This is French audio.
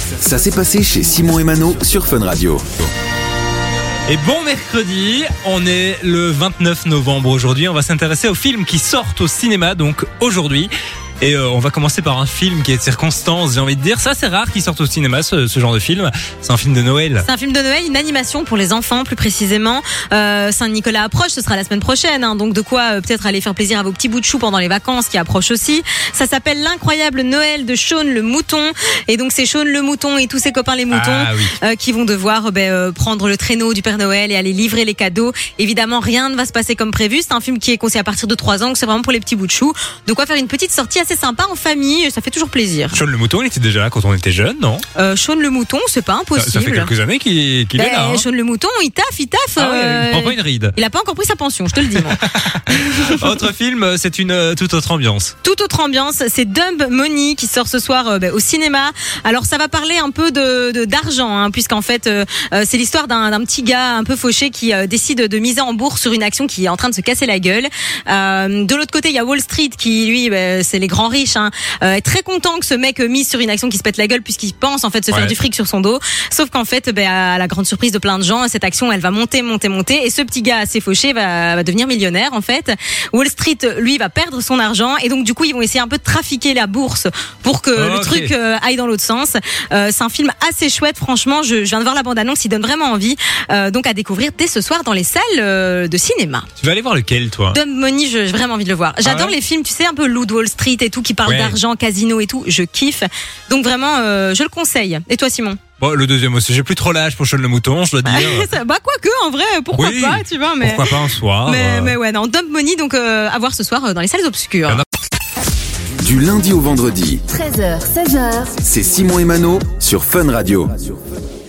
Ça s'est passé chez Simon et Mano sur Fun Radio. Et bon mercredi, on est le 29 novembre aujourd'hui. On va s'intéresser aux films qui sortent au cinéma, donc aujourd'hui. Et on va commencer par un film qui est de circonstance, j'ai envie de dire. Ça, c'est rare qu'il sorte au cinéma, ce genre de film. C'est un film de Noël. C'est un film de Noël, une animation pour les enfants, plus précisément. Saint-Nicolas approche, ce sera la semaine prochaine. Donc de quoi peut-être aller faire plaisir à vos petits bouts de chou pendant les vacances qui approchent aussi. Ça s'appelle L'incroyable Noël de Shaun le Mouton. Et donc c'est Shaun le Mouton et tous ses copains les moutons qui vont devoir prendre le traîneau du Père Noël et aller livrer les cadeaux. Évidemment, rien ne va se passer comme prévu. C'est un film qui est conseillé à partir de 3 ans, donc c'est vraiment pour les petits bouts de chou. De quoi faire une petite sortie assez sympa en famille, ça fait toujours plaisir. Shaun le Mouton, il était déjà là quand on était jeune, non? Shaun le Mouton, c'est pas impossible. Ça fait quelques années qu'il est là. Shaun le Mouton, il taffe. Il prend pas une ride. Il a pas encore pris sa pension, je te le dis, moi. Autre film, c'est une toute autre ambiance. Toute autre ambiance, c'est Dumb Money qui sort ce soir au cinéma. Alors ça va parler un peu d'argent, puisqu'en fait c'est l'histoire d'un petit gars un peu fauché qui décide de miser en bourse sur une action qui est en train de se casser la gueule. De l'autre côté, il y a Wall Street qui lui, c'est les grands riches, est très content que ce mec mise sur une action qui se pète la gueule puisqu'il pense en fait se faire du fric sur son dos. Sauf qu'en fait, à la grande surprise de plein de gens, cette action elle va monter et ce petit gars assez fauché va devenir millionnaire en fait. Wall Street lui va perdre son argent et donc du coup ils vont essayer un peu de trafiquer la bourse pour que le truc aille dans l'autre sens. C'est un film assez chouette, franchement. Je viens de voir la bande-annonce, il donne vraiment envie. Donc à découvrir dès ce soir dans les salles de cinéma. Tu vas aller voir lequel, toi? Dumb Money, j'ai vraiment envie de le voir. J'adore les films, tu sais, un peu Loup de Wall Street et tout, qui parlent d'argent, casino et tout. Je kiffe. Donc vraiment, je le conseille. Et toi, Simon? Bon, le deuxième aussi. J'ai plus trop l'âge pour Shaun le Mouton, je dois dire. Quoique, en vrai, pourquoi pas, tu vois, mais. Pourquoi pas un soir. Mais ouais, non, Dumb Money, donc, à voir ce soir dans les salles obscures. Du lundi au vendredi. 13h, 16h. C'est Simon et Mano sur Fun Radio.